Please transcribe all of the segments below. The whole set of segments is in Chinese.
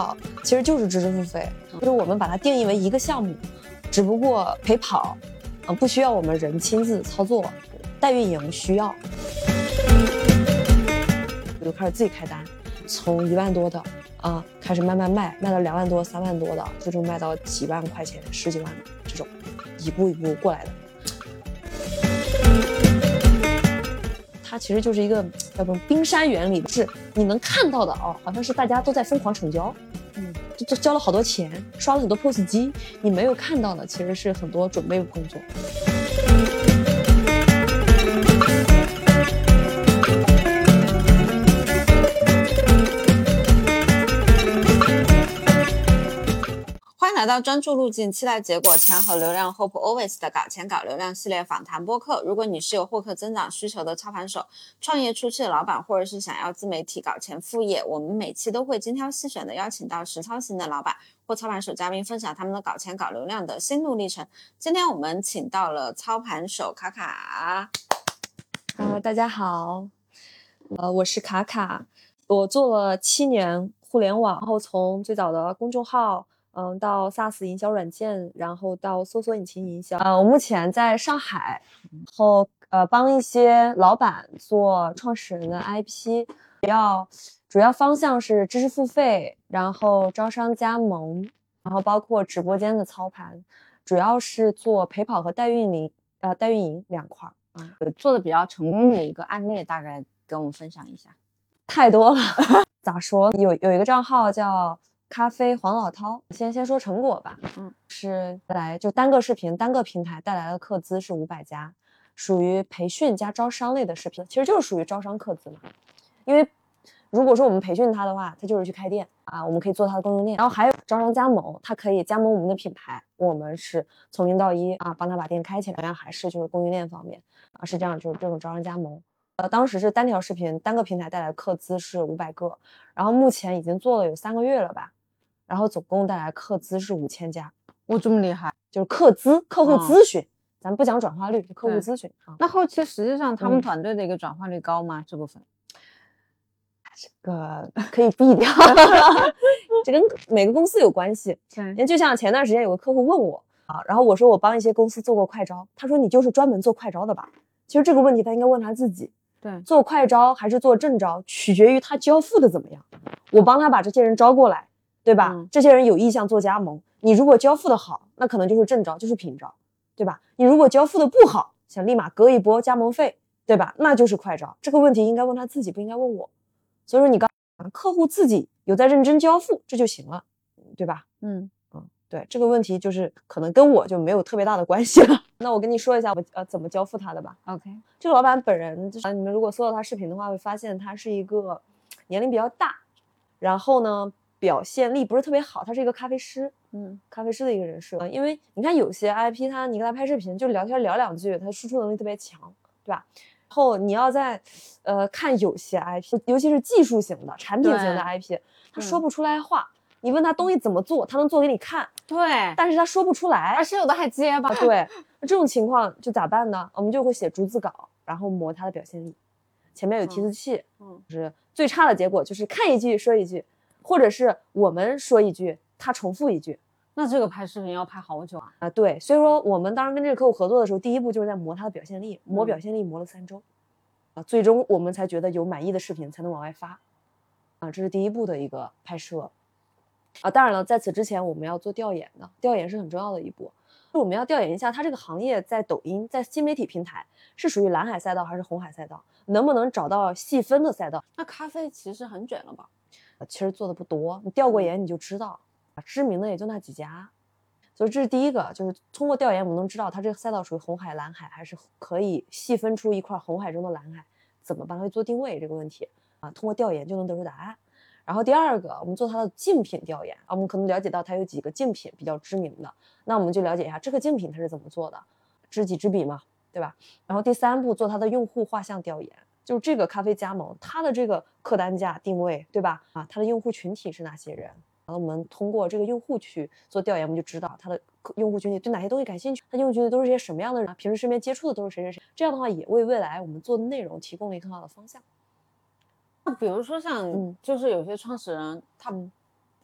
跑其实就是知识付费，就是我们把它定义为一个项目，只不过陪跑，不需要我们人亲自操作，代运营需要。我就开始自己开单，从1万多的开始慢慢卖到2万多、3万多的，最终卖到几万块钱、10几万的这种，一步一步过来的。它其实就是一个叫什么冰山原理，是你能看到的好像是大家都在疯狂成交，就交了好多钱，刷了很多 POS 机，你没有看到的其实是很多准备工作。 欢迎来到专注路径，期待结果，钱和流量 Hope Always 的搞钱搞流量系列访谈播客。如果你是有获客增长需求的操盘手、创业初期的老板，或者是想要自媒体搞钱副业，我们每期都会精挑细选的邀请到实操型的老板或操盘手嘉宾，分享他们的搞钱搞流量的心路历程。今天我们请到了操盘手卡卡。 大家好，我是卡卡，我做了7年互联网，然后从最早的公众号到 SaaS 营销软件，然后到搜索引擎营销。我目前在上海，然后帮一些老板做创始人的 IP， 主要方向是知识付费，然后招商加盟，然后包括直播间的操盘，主要是做陪跑和代运营2块。 做的比较成功的一个案例，大概跟我们分享一下。 太多了，咋说？有一个账号叫咖啡黄老饕，先说成果吧。是就单个视频单个平台带来的客资是500家，属于培训加招商类的视频，其实就是属于招商客资嘛。因为如果说我们培训他的话，他就是去开店我们可以做他的供应链。然后还有招商加盟，他可以加盟我们的品牌，我们是从0到1帮他把店开起来，还是就是供应链方面是这样，就是这种招商加盟。当时是单条视频单个平台带来的客资是500个，然后目前已经做了有3个月了吧，然后总共带来客资是5000家。 这么厉害， 就是客户咨询，咱不讲转化率，客户咨询那后期实际上他们团队的一个转化率高吗？这部分这个可以避掉这跟每个公司有关系。因为就像前段时间有个客户问我然后我说我帮一些公司做过快招，他说你就是专门做快招的吧？其实这个问题他应该问他自己。 对， 做快招还是做正招，取决于他交付的怎么样。我帮他把这些人招过来，对吧？这些人有意向做加盟，你如果交付的好，那可能就是正招，就是平招，对吧？你如果交付的不好，想立马割一波加盟费，对吧？那就是快招。这个问题应该问他自己，不应该问我。所以说你客户自己有在认真交付，这就行了，对吧？对，这个问题就是可能跟我就没有特别大的关系了。那我跟你说一下我怎么交付他的吧。 OK， 这个老板本人就是你们如果搜到他视频的话，会发现他是一个年龄比较大，然后呢表现力不是特别好，他是一个咖啡师，咖啡师的一个人设。因为你看有些 IP 你给他拍视频就聊天聊2句，他输出能力特别强，对吧？然后你要在看有些 IP， 尤其是技术型的产品型的 IP， 他说不出来话。你问他东西怎么做，他能做给你看， 对， 但是他说不出来， 而且有的还结巴。 对，这种情况就咋办呢？我们就会写逐字稿，然后磨他的表现力。前面有提词器，就是最差的结果就是看一句说一句，或者是我们说一句，他重复一句。 那这个拍视频要拍好久对，所以说我们当时跟这个客户合作的时候，第一步就是在磨他的表现力，磨表现力磨了3周，最终我们才觉得有满意的视频才能往外发，这是第一步的一个拍摄。当然了，在此之前我们要做调研的，调研是很重要的一步。我们要调研一下它这个行业在抖音在新媒体平台是属于蓝海赛道还是红海赛道，能不能找到细分的赛道。 那咖啡其实很卷了吧？ 其实做的不多，你调过研你就知道，知名的也就那几家。所以这是第一个，就是通过调研我们能知道它这个赛道属于红海蓝海，还是可以细分出一块红海中的蓝海，怎么帮它做定位这个问题通过调研就能得出答案。然后第二个，我们做它的竞品调研我们可能了解到它有几个竞品比较知名的，那我们就了解一下这个竞品它是怎么做的，知己知彼嘛，对吧？然后第3步做它的用户画像调研，就是这个咖啡加盟它的这个客单价定位，对吧？它的用户群体是哪些人？然后我们通过这个用户去做调研，我们就知道它的用户群体对哪些东西感兴趣，它用户群体都是些什么样的人，平时身边接触的都是谁谁谁，这样的话也为未来我们做的内容提供了一个很好的方向。 比如说像就是有些创始人他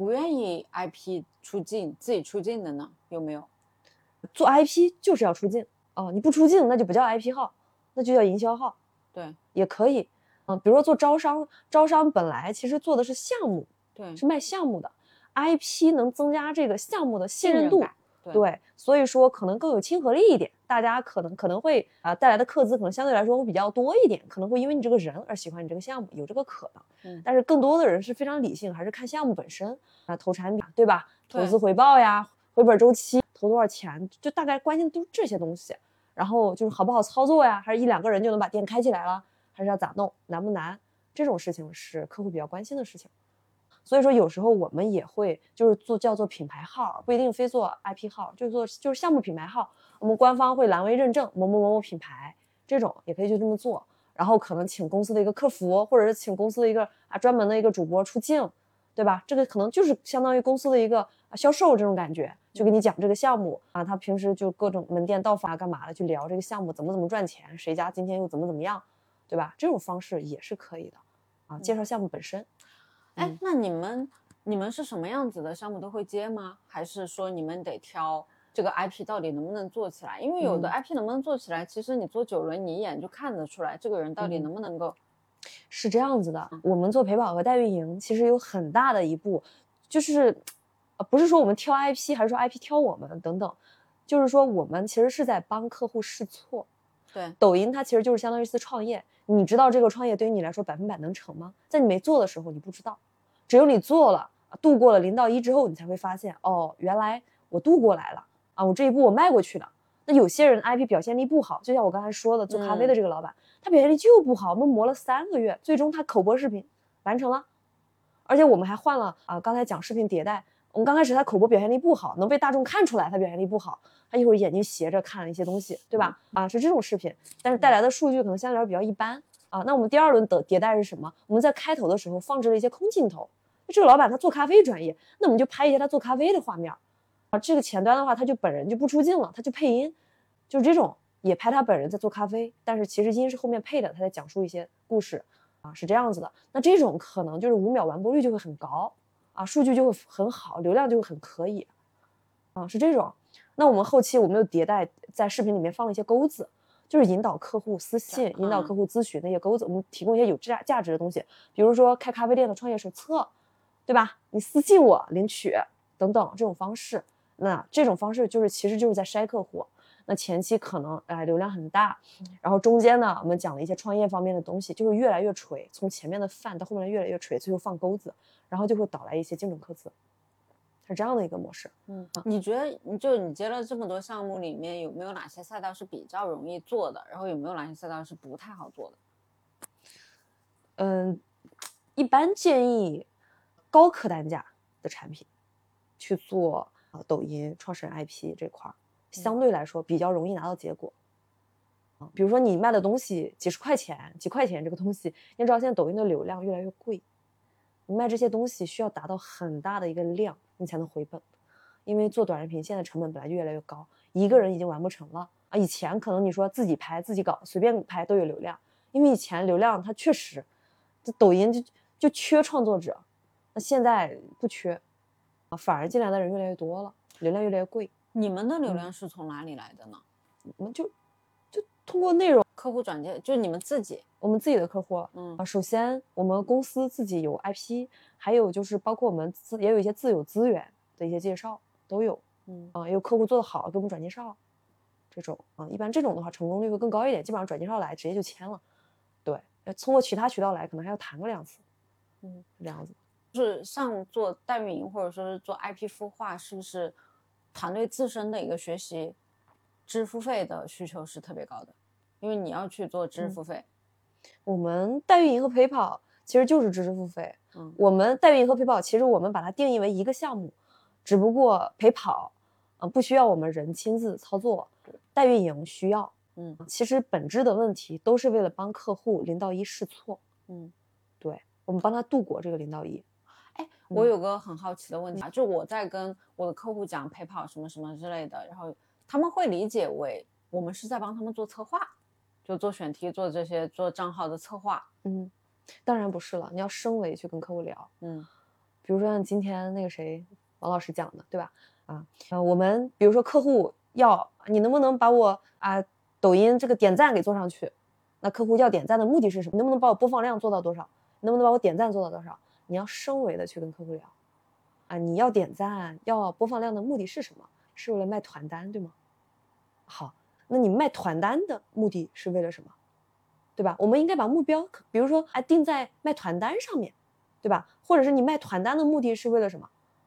不愿意 IP 出镜，自己出镜的呢？有没有？ 做 IP 就是要出镜你不出镜那就不叫 IP 号，那就叫营销号。 对， 也可以。比如说做招商，招商本来其实做的是项目， 对， 是卖项目的。IP 能增加这个项目的信任度， 对， 所以说可能更有亲和力一点，大家可能会带来的客资可能相对来说会比较多一点，可能会因为你这个人而喜欢你这个项目，有这个可能。但是更多的人是非常理性，还是看项目本身投产品对吧？投资回报呀，回本周期，投多少钱，就大概关心的都是这些东西。然后就是好不好操作呀，还是一两个人就能把店开起来了，还是要咋弄，难不难？这种事情是客户比较关心的事情。所以说有时候我们也会就是叫做品牌号，不一定非做 IP 号，就是项目品牌号，我们官方会蓝 V 认证某某某某品牌，这种也可以就这么做。然后可能请公司的一个客服，或者是请公司的一个专门的一个主播出镜，对吧？这个可能就是相当于公司的一个销售这种感觉，就给你讲这个项目他平时就各种门店到访干嘛的，去聊这个项目怎么赚钱，谁家今天又怎么样，对吧？这种方式也是可以的介绍项目本身。 那你们是什么样子的项目都会接吗？还是说你们得挑这个 IP 到底能不能做起来？因为有的 IP 能不能做起来，其实你做久了，你一眼就看得出来这个人到底能不能够。 是这样子的，我们做陪跑和代运营，其实有很大的一步，就是不是说我们挑 IP， 还是说 IP 挑我们等等，就是说我们其实是在帮客户试错。 对， 抖音它其实就是相当于一次创业，你知道这个创业对于你来说100%能成吗？在你没做的时候你不知道，只有你做了，度过了0到1之后，你才会发现原来我度过来了我这一步我迈过去了。那有些人 IP 表现力不好，就像我刚才说的做咖啡的这个老板，他表现力就不好，我们磨了3个月，最终他口播视频完成了，而且我们还换了刚才讲视频迭代，我们刚开始他口播表现力不好，能被大众看出来他表现力不好，他一会儿眼睛斜着看了一些东西，对吧？是这种视频，但是带来的数据可能相对来说比较一般那我们第2轮的迭代是什么？我们在开头的时候放置了一些空镜头，这个老板他做咖啡专业，那我们就拍一些他做咖啡的画面这个前端的话他就本人就不出镜了，他就配音，就是这种也拍他本人在做咖啡，但是其实音是后面配的，他在讲述一些故事是这样子的。那这种可能就是5秒完播率就会很高数据就会很好，流量就会很可以是这种。那我们后期我们又迭代，在视频里面放了一些钩子，就是引导客户私信，引导客户咨询那些钩子，我们提供一些有价值的东西，比如说开咖啡店的创业手册，对吧？你私信我领取等等这种方式。那这种方式其实就是在筛客户。那前期可能流量很大，然后中间呢我们讲了一些创业方面的东西，就是越来越垂，从前面的泛到后面越来越垂，最后放钩子，然后就会导来一些精准客资，是这样的一个模式。 你觉得你接了这么多项目里面，有没有哪些赛道是比较容易做的，然后有没有哪些赛道是不太好做的？一般建议高客单价的产品去做抖音创始人 IP 这块相对来说比较容易拿到结果比如说你卖的东西几十块钱几块钱，这个东西你知道现在抖音的流量越来越贵，你卖这些东西需要达到很大的一个量你才能回本，因为做短视频现在成本本来就越来越高，一个人已经完不成了以前可能你说自己拍自己搞随便拍都有流量，因为以前流量它确实这抖音就缺创作者，那现在不缺反而进来的人越来越多了，流量越来越贵。 你们的流量是从哪里来的呢？ 我们就通过内容， 客户转介，就你们自己， 我们自己的客户首先我们公司自己有 IP， 还有就是包括我们也有一些自有资源的一些介绍都有也有客户做得好给我们转介绍，这种一般这种的话成功率会更高一点，基本上转介绍来直接就签了。对，通过其他渠道来可能还要谈个2次这样子。 就是像做代运营或者说是做 IP 孵化，是不是团队自身的一个学习知识付费的需求是特别高的，因为你要去做知识付费。 我们代运营和陪跑其实就是知识付费我们代运营和陪跑其实我们把它定义为一个项目，只不过陪跑不需要我们人亲自操作，代运营需要其实本质的问题都是为了帮客户0到1试错对，我们帮他度过这个0到1。 我有个很好奇的问题就我在跟我的客户讲陪跑什么什么之类的，然后他们会理解为我们是在帮他们做策划，就做选题，做这些做账号的策划。 当然不是了，你要升维去跟客户聊比如说像今天那个谁王老师讲的，对吧？我们比如说客户要你能不能把我抖音这个点赞给做上去？那客户要点赞的目的是什么？能不能把我播放量做到多少？能不能把我点赞做到多少？你要升维的去跟客户聊你要点赞要播放量的目的是什么？是为了卖团单，对吗？好，那你卖团单的目的是为了什么？对吧？我们应该把目标比如说定在卖团单上面，对吧？或者是你卖团单的目的是为了什么？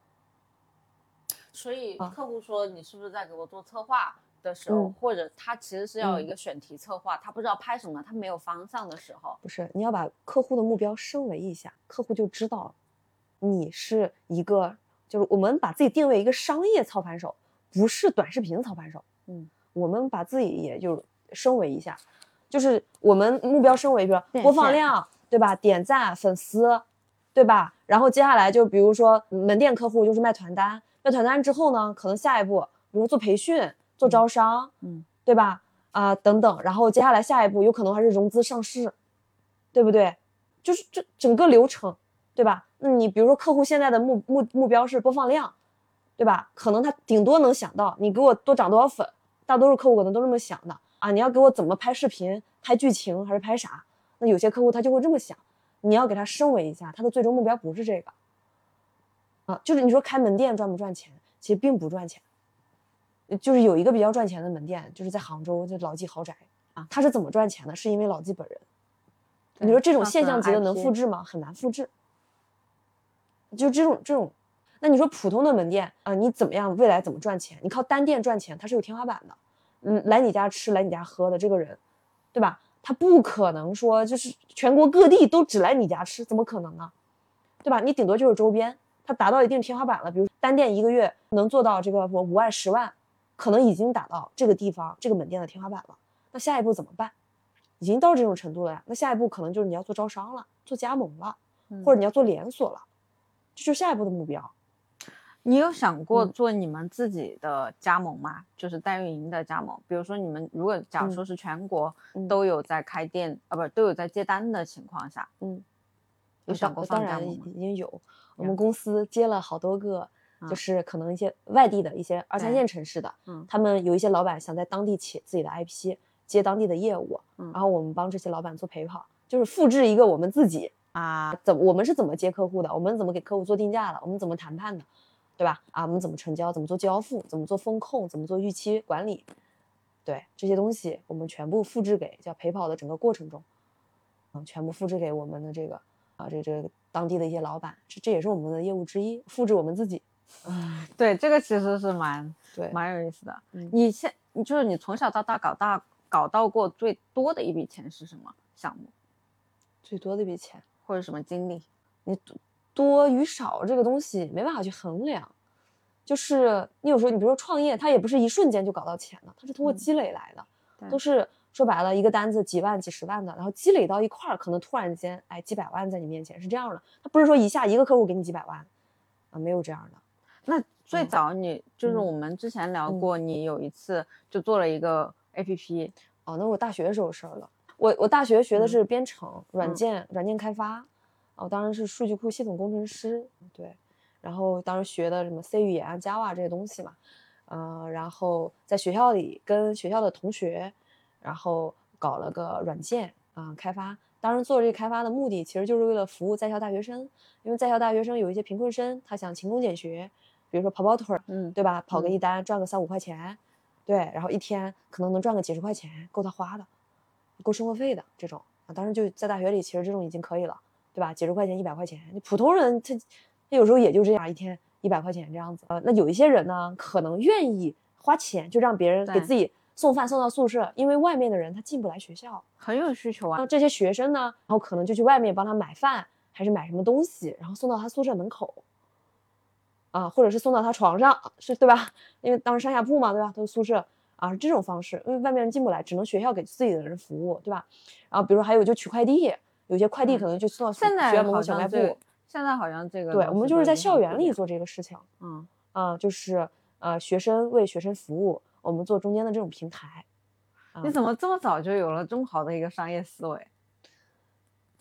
所以客户说你是不是在给我做策划的时候，或者他其实是要有一个选题策划，他不知道拍什么，他没有方向的时候， 不是，你要把客户的目标升维一下，客户就知道你是一个，就是我们把自己定位一个商业操盘手，不是短视频操盘手。我们把自己也就升维一下，就是我们目标升维，比如说播放量，对吧？点赞、粉丝，对吧？然后接下来就比如说门店客户就是卖团单，卖团单之后呢，可能下一步，比如说做培训、做招商，对吧？等等，然后接下来下一步有可能还是融资上市，对不对？就是这整个流程，对吧？那你比如说客户现在的目标是播放量，对吧？可能他顶多能想到你给我多涨多少粉，大多数客户可能都这么想的你要给我怎么拍视频，拍剧情还是拍啥？那有些客户他就会这么想，你要给他升维一下，他的最终目标不是这个就是你说开门店赚不赚钱？其实并不赚钱。就是有一个比较赚钱的门店，就是在杭州，就老纪豪宅他是怎么赚钱的？是因为老纪本人。你说这种现象级的能复制吗？很难复制。就这种，那你说普通的门店你怎么样？未来怎么赚钱？你靠单店赚钱，它是有天花板的。来你家吃，来你家喝的这个人，对吧？他不可能说就是全国各地都只来你家吃，怎么可能啊？对吧？你顶多就是周边，它达到一定天花板了。比如单店一个月能做到这个5万10万，可能已经达到这个地方这个门店的天花板了。那下一步怎么办？已经到这种程度了呀。那下一步可能就是你要做招商了，做加盟了，或者你要做连锁了，这就是下一步的目标。 你有想过做你们自己的加盟吗？就是代运营的加盟。比如说你们如果假如说是全国都有在开店不都有在接单的情况下有想过放加盟吗？ 当然已经有，我们公司接了好多个就是可能一些外地的一些2、3线城市的他们有一些老板想在当地起自己的 IP， 接当地的业务然后我们帮这些老板做陪跑，就是复制一个我们自己我们是怎么接客户的，我们怎么给客户做定价的，我们怎么谈判的，对吧？我们怎么成交，怎么做交付，怎么做风控，怎么做预期管理，对，这些东西我们全部复制给叫陪跑的整个过程中全部复制给我们的这个这个当地的一些老板，这也是我们的业务之一，复制我们自己对，这个其实是蛮有意思的。你就是你从小到大搞到过最多的一笔钱是什么项目？ 最多的一笔钱或者什么经历？ 你多与少这个东西没办法去衡量，就是你有时候你比如说创业，它也不是一瞬间就搞到钱的，它是通过积累来的，都是说白了一个单子几万几十万的，然后积累到一块儿，可能突然间几百万在你面前，是这样的。它不是说一下一个客户给你几百万没有这样的。 那最早你就是我们之前聊过你有一次就做了一个 APP 那我大学的时候事儿了。我大学学的是编程软件开发我当时是数据库系统工程师，对，然后当时学的什么 C 语言Java 这些东西嘛然后在学校里跟学校的同学然后搞了个软件开发。当时做这个开发的目的其实就是为了服务在校大学生，因为在校大学生有一些贫困生，他想勤工俭学，比如说跑腿对吧？跑个一单赚个3、5块钱，对，然后一天可能能赚个几十块钱，够他花的，够生活费的这种当时就在大学里，其实这种已经可以了，对吧？几十块钱、100块钱，普通人他有时候也就这样，一天100块钱这样子那有一些人呢，可能愿意花钱，就让别人给自己送饭送到宿舍，因为外面的人他进不来学校， 很有需求啊。 这些学生呢，然后可能就去外面帮他买饭，还是买什么东西，然后送到他宿舍门口或者是送到他床上，是对吧？因为当时上下铺嘛，对吧？都是宿舍是这种方式，因为外面人进不来，只能学校给自己的人服务，对吧？然后比如还有就取快递，有些快递可能就送到学校门口小卖部。 现在好像这个对，我们就是在校园里做这个事情，就是学生为学生服务，我们做中间的这种平台。 你怎么这么早就有了这么好的一个商业思维？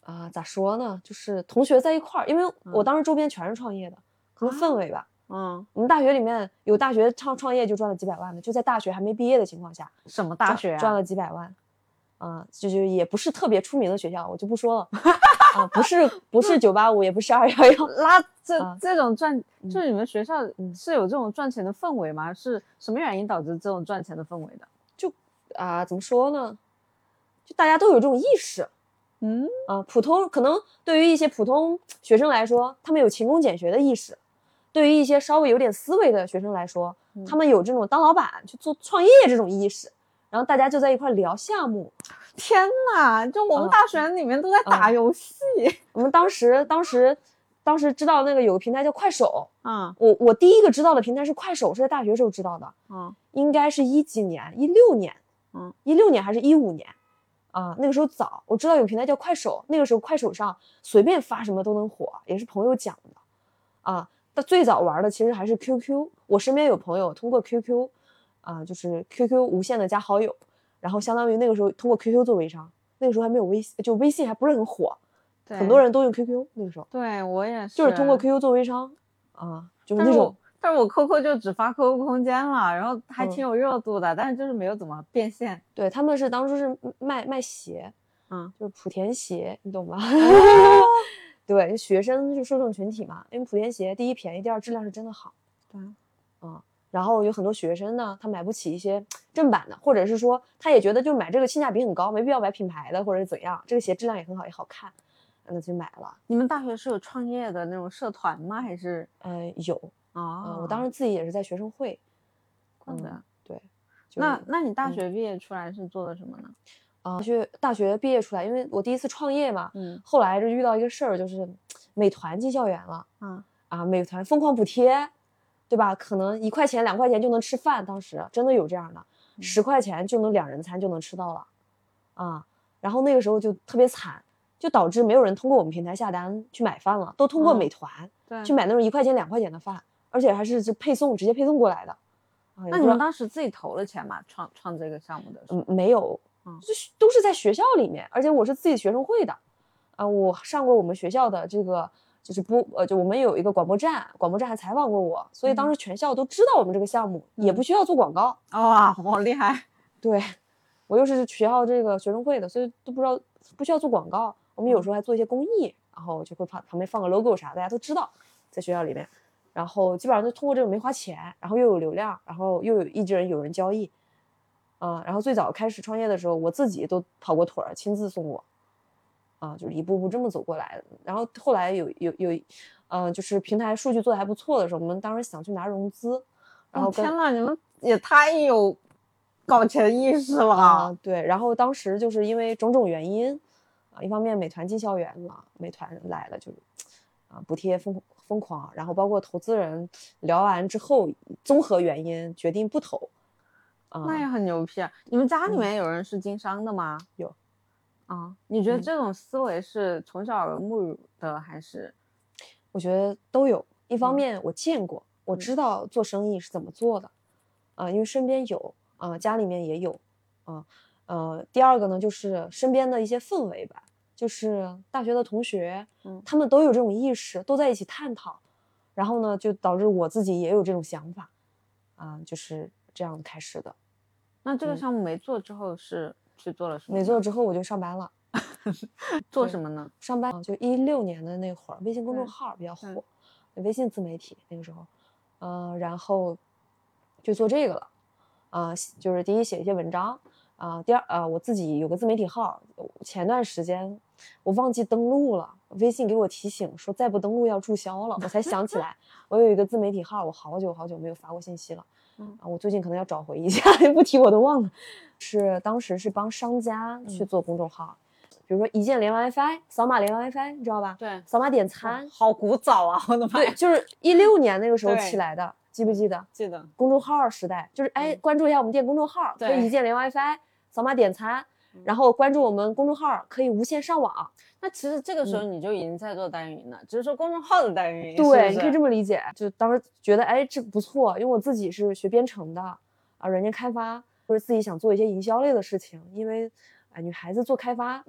咋说呢，就是同学在一块儿，因为我当时周边全是创业的，可能氛围吧。我们大学里面有大学创业就赚了几百万的，就在大学还没毕业的情况下， 什么大学啊？ 赚了几百万。就是也不是特别出名的学校，我就不说了。不是985，也不是211。 那这种就是你们学校是有这种赚钱的氛围吗？是什么原因导致这种赚钱的氛围的？ 就怎么说呢？就大家都有这种意识。普通可能对于一些普通学生来说，他们有勤工俭学的意识；对于一些稍微有点思维的学生来说，他们有这种当老板去做创业这种意识。然后大家就在一块聊项目。 天哪，就我们大学里面都在打游戏。 我们当时知道那个有个平台叫快手。我第一个知道的平台是快手，是在大学时候知道的。应该是16年，16年还是15年那个时候早，我知道有个平台叫快手。那个时候快手上随便发什么都能火，也是朋友讲的但最早玩的其实还是 QQ。我身边有朋友通过 QQ就是 QQ 无限的加好友，然后相当于那个时候通过 QQ 做微商。那个时候还没有微信，就微信还不是很火，很多人都用 QQ。那个时候对我也是， 就是通过 QQ 做微商就是那种。 但是我 QQ 就只发 QQ 空间了，然后还挺有热度的，但是就是没有怎么变现。 对，他们是当初是卖鞋，就是莆田鞋，你懂吗？对，学生就受众群体嘛，因为莆田鞋第一便宜，第二质量是真的好。 对， 然后有很多学生呢，他买不起一些正版的，或者是说他也觉得就买这个性价比很高，没必要买品牌的或者是怎样，这个鞋质量也很好，也好看，那就买了。 你们大学是有创业的那种社团吗？还是有我当时自己也是在学生会。对。 那你大学毕业出来是做的什么呢？ 大学毕业出来，因为我第一次创业嘛，后来就遇到一个事儿，就是美团进校园了。美团疯狂补贴，对吧？可能1块钱2块钱就能吃饭，当时真的有这样的，10块钱就能2人餐就能吃到了然后那个时候就特别惨，就导致没有人通过我们平台下单去买饭了，都通过美团去买那种1块钱2块钱的饭，而且还是直接配送过来的。 那你们当时自己投了钱吗？创这个项目的时候？ 没有，都是在学校里面，而且我是自己学生会的我上过我们学校的这个就是就我们有一个广播站还采访过我，所以当时全校都知道我们这个项目，也不需要做广告。 哇，好厉害！ 对，我又是学校这个学生会的，所以都不需要做广告。我们有时候还做一些公益，然后就会旁边放个 logo 啥，大家都知道在学校里面。然后基本上就通过这种没花钱，然后又有流量，然后又有人交易然后最早开始创业的时候，我自己都跑过腿儿，亲自送过就是一步步这么走过来的。然后后来有就是平台数据做的还不错的时候，我们当时想去拿融资，然后天呐，你们也太有搞钱意识了对，然后当时就是因为种种原因一方面美团进校园了，美团来了就是补贴疯狂，然后包括投资人聊完之后，综合原因决定不投那也很牛批啊！你们家里面有人是经商的吗？ 有你觉得这种思维是从小耳濡目染的还是？ 我觉得都有。一方面我见过，我知道做生意是怎么做的因为身边有家里面也有第二个呢就是身边的一些氛围吧，就是大学的同学他们都有这种意识，都在一起探讨，然后呢就导致我自己也有这种想法就是这样开始的。 那这个项目没做之后是去做了什么？ 没做之后我就上班了。 做什么呢？ 上班就16年的那会儿，微信公众号比较火，微信自媒体那个时候然后就做这个了就是第一写一些文章第二我自己有个自媒体号，前段时间我忘记登录了，微信给我提醒说再不登录要注销了，我才想起来我有一个自媒体号，我好久没有发过信息了我最近可能要找回一下不提我都忘了。当时是帮商家去做公众号比如说一键连 WiFi， 扫码连 WiFi， 你知道吧？ 对， 扫码点餐好古早啊，我的妈呀！ 对，就是16年那个时候起来的，记不记得？ 记得。 公众号时代就是关注一下我们店公众号，可以一键连 WiFi， 扫码点餐然后关注我们公众号可以无线上网。 那其实这个时候你就已经在做代运营了，只是说公众号的代运营。 对，你可以这么理解。就当时觉得这不错，因为我自己是学编程的软件开发，或者自己想做一些营销类的事情，因为女孩子做开发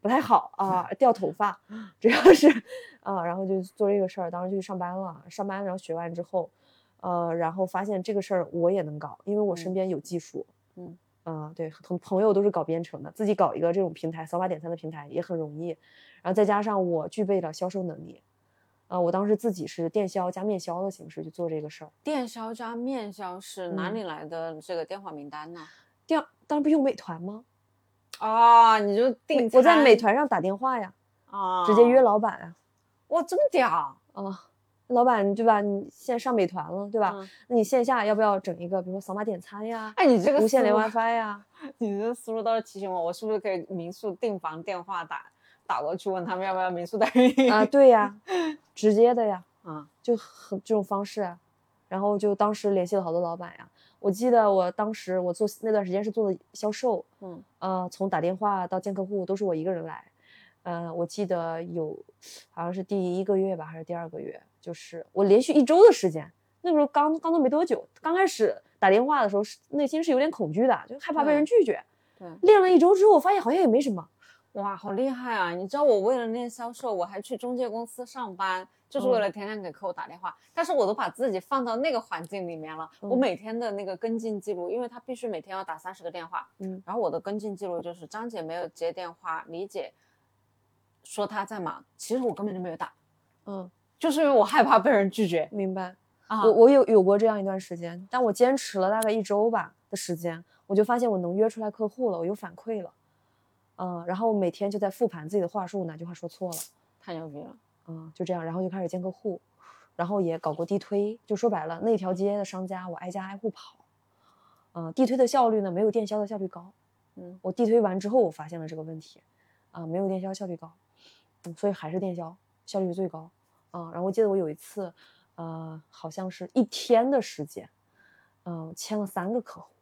不太好啊，掉头发，主要是然后就做这个事儿，当时就去上班了，上班然后学完之后，然后发现这个事儿我也能搞，因为我身边有技术，对，朋友都是搞编程的，自己搞一个这种平台，扫码点餐的平台也很容易，然后再加上我具备了销售能力，我当时自己是电销加面销的形式去做这个事儿。 电销加面销是哪里来的这个电话名单呢？ 当然不用美团吗？ 你就订餐， 我在美团上打电话呀，直接约老板啊。 哇，这么屌老板对吧？你现在上美团了对吧？那你线下要不要整一个，比如说扫码点餐呀？ 你这个无线连 WiFi 呀？ 你这思路倒是提醒我是不是可以民宿订房电话打过去问他们要不要民宿代运营对呀，直接的呀，就很这种方式啊。然后就当时联系了好多老板呀。我记得我当时我做那段时间是做的销售，从打电话到见客户都是我一个人来。我记得有好像是第1个月吧，还是第2个月，就是我连续1周的时间，那个时候刚做没多久，刚开始打电话的时候内心是有点恐惧的，就害怕被人拒绝。 对， 练了1周之后，我发现好像也没什么。 哇，好厉害啊！你知道我为了练销售，我还去中介公司上班，就是为了天天给客户打电话。但是我都把自己放到那个环境里面了，我每天的那个跟进记录，因为他必须每天要打30个电话，然后我的跟进记录就是张姐没有接电话，李姐说她在忙，其实我根本就没有打，就是因为我害怕被人拒绝。 明白我有过这样一段时间，但我坚持了大概1周吧的时间，我就发现我能约出来客户了，我有反馈了。然后每天就在复盘自己的话术，哪句话说错了， 太牛逼了。 就这样，然后就开始见客户，然后也搞过地推，就说白了，那条街的商家我挨家挨户跑。地推的效率呢没有电销的效率高。我地推完之后我发现了这个问题，没有电销效率高，所以还是电销效率最高。然后我记得我有一次，好像是1天的时间，签了3个客户。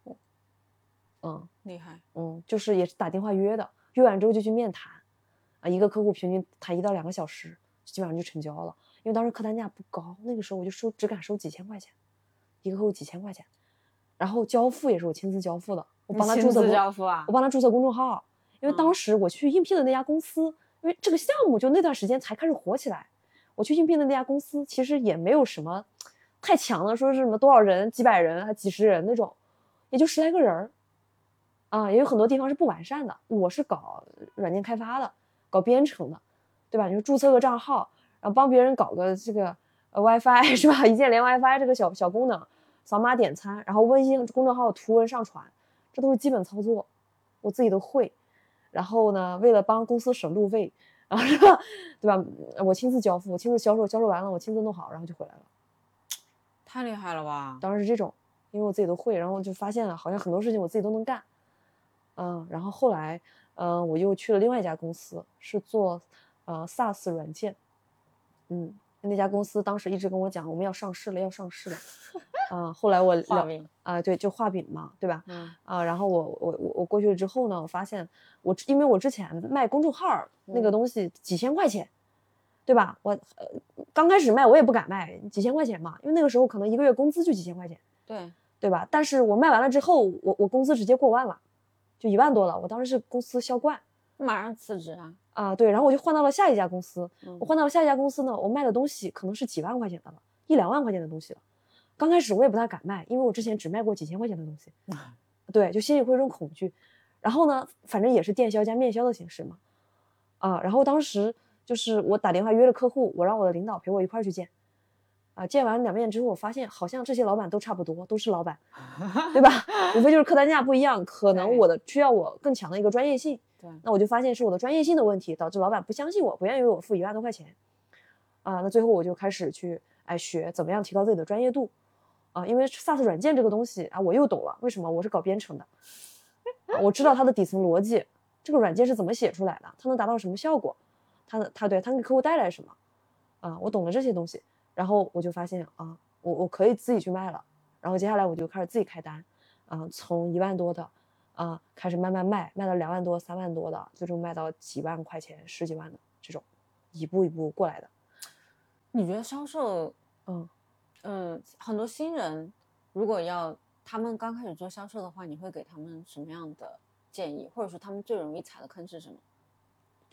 厉害。 就是也是打电话约的，约完之后就去面谈，一个客户平均谈1到2个小时，基本上就成交了。因为当时客单价不高，那个时候我就只敢收几千块钱，一个客户几千块钱，然后交付也是我亲自交付的，我帮他注册交付啊， 我帮他注册公众号，因为当时我去应聘的那家公司，因为这个项目就那段时间才开始火起来，我去应聘的那家公司其实也没有什么太强的，说是什么多少人、几百人、还几十人那种，也就10来个人。也有很多地方是不完善的。我是搞软件开发的，搞编程的，对吧？你说注册个账号，然后帮别人搞个这个WiFi 是吧？一键连 WiFi 这个小功能，扫码点餐，然后微信公众号图文上传，这都是基本操作，我自己都会。然后呢，为了帮公司省路费是吧？对吧？我亲自交付，我亲自销售，销售完了我亲自弄好，然后就回来了。 太厉害了吧！ 当然是这种，因为我自己都会，然后就发现了好像很多事情我自己都能干。然后后来，我又去了另外一家公司，是做SaaS 软件。那家公司当时一直跟我讲我们要上市了，要上市了。后来我画饼对，就画饼嘛，对吧？然后我过去了之后呢，我发现因为我之前卖公众号那个东西几千块钱，对吧？我刚开始卖我也不敢卖几千块钱嘛，因为那个时候可能1个月工资就几千块钱，对吧？但是我卖完了之后，我工资直接过万了。就1万多了，我当时是公司销冠， 马上辞职啊！ 对，然后我就换到了下一家公司。我换到了下一家公司呢，我卖的东西可能是几万块钱的了，1、2万块钱的东西了。刚开始我也不太敢卖，因为我之前只卖过几千块钱的东西，对，就心里会有种恐惧。然后呢，反正也是电销加面销的形式嘛，然后当时就是我打电话约了客户，我让我的领导陪我一块去见。见完2面之后，我发现好像这些老板都差不多，都是老板，对吧？无非就是客单价不一样，可能我的需要我更强的一个专业性。 对， 那我就发现是我的专业性的问题，导致老板不相信我，不愿意为我付1万多块钱。那最后我就开始去学怎么样提高自己的专业度。因为 SaaS 软件这个东西我又懂了，为什么？我是搞编程的，我知道它的底层逻辑，这个软件是怎么写出来的，它能达到什么效果，它能给客户带来什么，我懂了这些东西。然后我就发现我可以自己去卖了，然后接下来我就开始自己开单，从1万多的开始慢慢卖到2万多、3万多的，最终卖到几万块钱、10几万的这种，一步一步过来的。 你觉得销售，很多新人如果他们刚开始做销售的话，你会给他们什么样的建议，或者说他们最容易踩的坑是什么？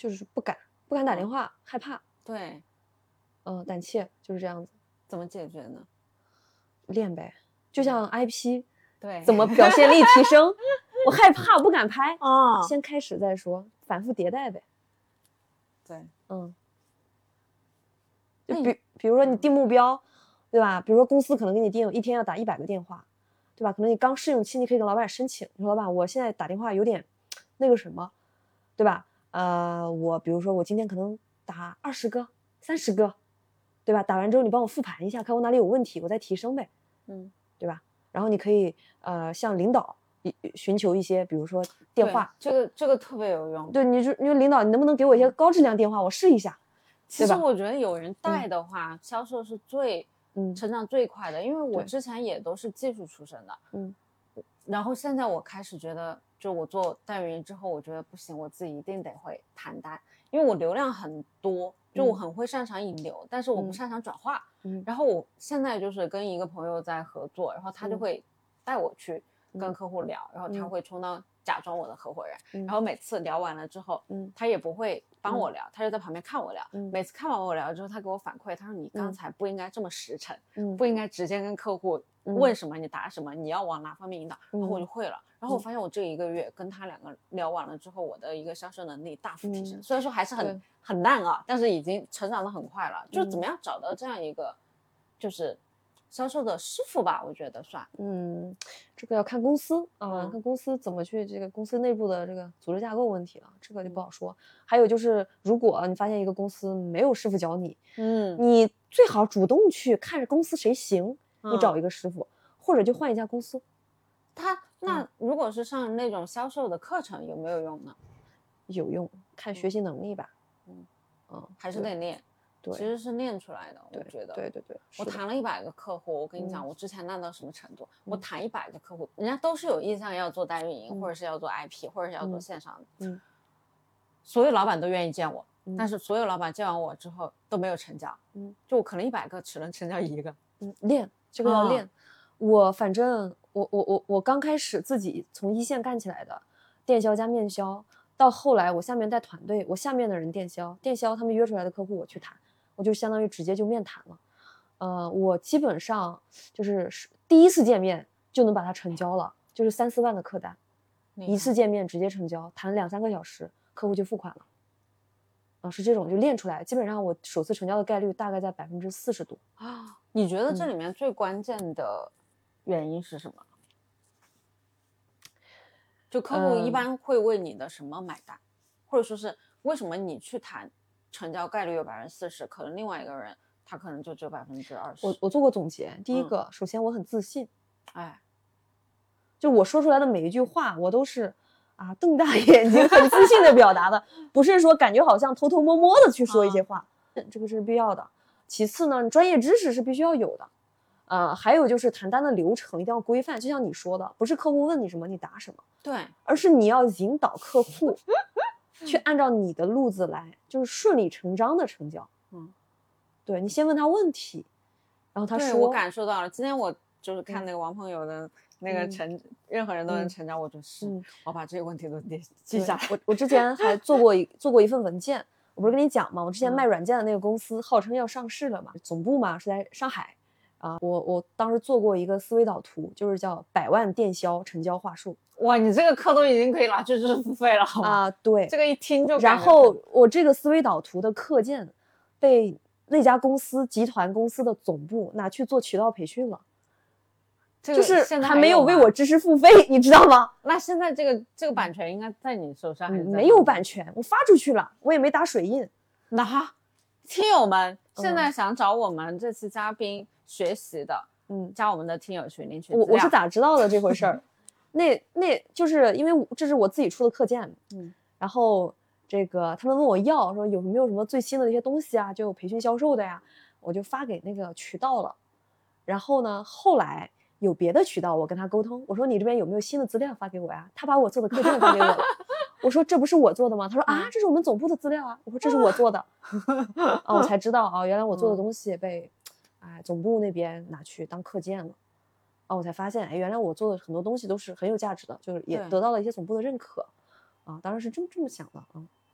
就是不敢打电话，害怕， 对， 胆怯，就是这样子。 怎么解决呢？ 练呗，就像 IP， 对， 怎么表现力提升？我害怕不敢拍啊， 先开始再说，反复迭代呗。 对， 就比如说你定目标，对吧？比如说公司可能给你定一天要打100个电话，对吧？可能你刚试用期，你可以跟老板申请，你说老板，我现在打电话有点那个什么，对吧？我比如说我今天可能打20个、30个，对吧？打完之后你帮我复盘一下，看我哪里有问题，我再提升呗，对吧？然后你可以向领导寻求一些，比如说电话， 这个特别有用。 对，你说领导，你能不能给我一些高质量电话，我试一下。 其实我觉得有人带的话，销售是最成长最快的，因为我之前也都是技术出身的，然后现在我开始觉得，就我做代运营之后，我觉得不行，我自己一定得会谈单，因为我流量很多，就我很会擅长引流，但是我不擅长转化，然后我现在就是跟一个朋友在合作，然后他就会带我去跟客户聊，然后他会充当假装我的合伙人，然后每次聊完了之后，他也不会帮我聊，他就在旁边看我聊，每次看完我聊之后，他给我反馈，他说你刚才不应该这么实诚，不应该直接跟客户问什么你答什么，你要往哪方面引导，然后我就会了，然后我发现我这1个月跟他2个聊完了之后，我的一个销售能力大幅提升，虽然说还是很烂啊，但是已经成长得很快了，就怎么样找到这样一个就是销售的师傅吧，我觉得算。 这个要看公司啊，看公司怎么去这个公司内部的这个组织架构问题了，这个就不好说。还有就是，如果你发现一个公司没有师傅教你，你最好主动去看着公司谁行，你找一个师傅，或者就换一家公司。 那如果是上那种销售的课程有没有用呢？ 有用，看学习能力吧。 还是得练。 对， 其实是练出来的，我觉得。 对， 我谈了100个客户，我跟你讲，我之前烂到什么程度？我谈100个客户，人家都是有意向要做代运营，或者是要做 IP，或者是要做线上的。所有老板都愿意见我，但是所有老板见完我之后都没有成交。就我可能100个只能成交1个。 练这个要练。我反正我刚开始自己从一线干起来的，电销加面销，到后来我下面带团队，我下面的人电销他们约出来的客户我去谈，我就相当于直接就面谈了。我基本上就是第一次见面就能把它成交了，就是3、4万的客单，一次见面直接成交，谈2、3个小时，客户就付款了。是这种就练出来，基本上我首次成交的概率大概在40%多。 你觉得这里面最关键的原因是什么？就客户一般会为你的什么买单，或者说是为什么你去谈成交概率有40%，可能另外一个人他可能就只有20%。 我做过总结，第一个，首先我很自信，就我说出来的每一句话，我都是瞪大眼睛，很自信的表达的，不是说感觉好像偷偷摸摸的去说一些话，这个是必要的。其次呢，专业知识是必须要有的。还有就是谈单的流程一定要规范，就像你说的，不是客户问你什么你答什么， 对， 而是你要引导客户去按照你的路子来，就是顺理成章的成交。对，你先问他问题，然后他说， 我感受到了。今天我就是看那个王朋友的那个任何人都能成交，我就是我把这些问题都得记下来。 我之前还做过一份文件，我不是跟你讲吗？我之前卖软件的那个公司号称要上市了嘛，总部嘛是在上海。我当时做过一个思维导图，就是叫100万电销成交话术。 哇，你这个课都已经可以拿去知识付费了，好吗？ 对， 这个一听就。 然后我这个思维导图的课件被那家公司集团公司的总部拿去做渠道培训了，就是还没有为我知识付费，你知道吗？ 那现在这个版权应该在你手上， 没有版权，我发出去了，我也没打水印。 那听友们现在想找我们这期嘉宾学习的，加我们的听友群领取资料。 我是咋知道的这回事儿？那就是因为这是我自己出的课件，然后这个他们问我要说有没有什么最新的一些东西啊，就有培训销售的呀，我就发给那个渠道了。然后呢，后来有别的渠道，我跟他沟通，我说你这边有没有新的资料发给我呀？他把我做的课件发给我了。我说这不是我做的吗？他说这是我们总部的资料啊。我说这是我做的。我才知道原来我做的东西被总部那边拿去当课件了。我才发现原来我做的很多东西都是很有价值的，就是也得到了一些总部的认可。当然是这么想的。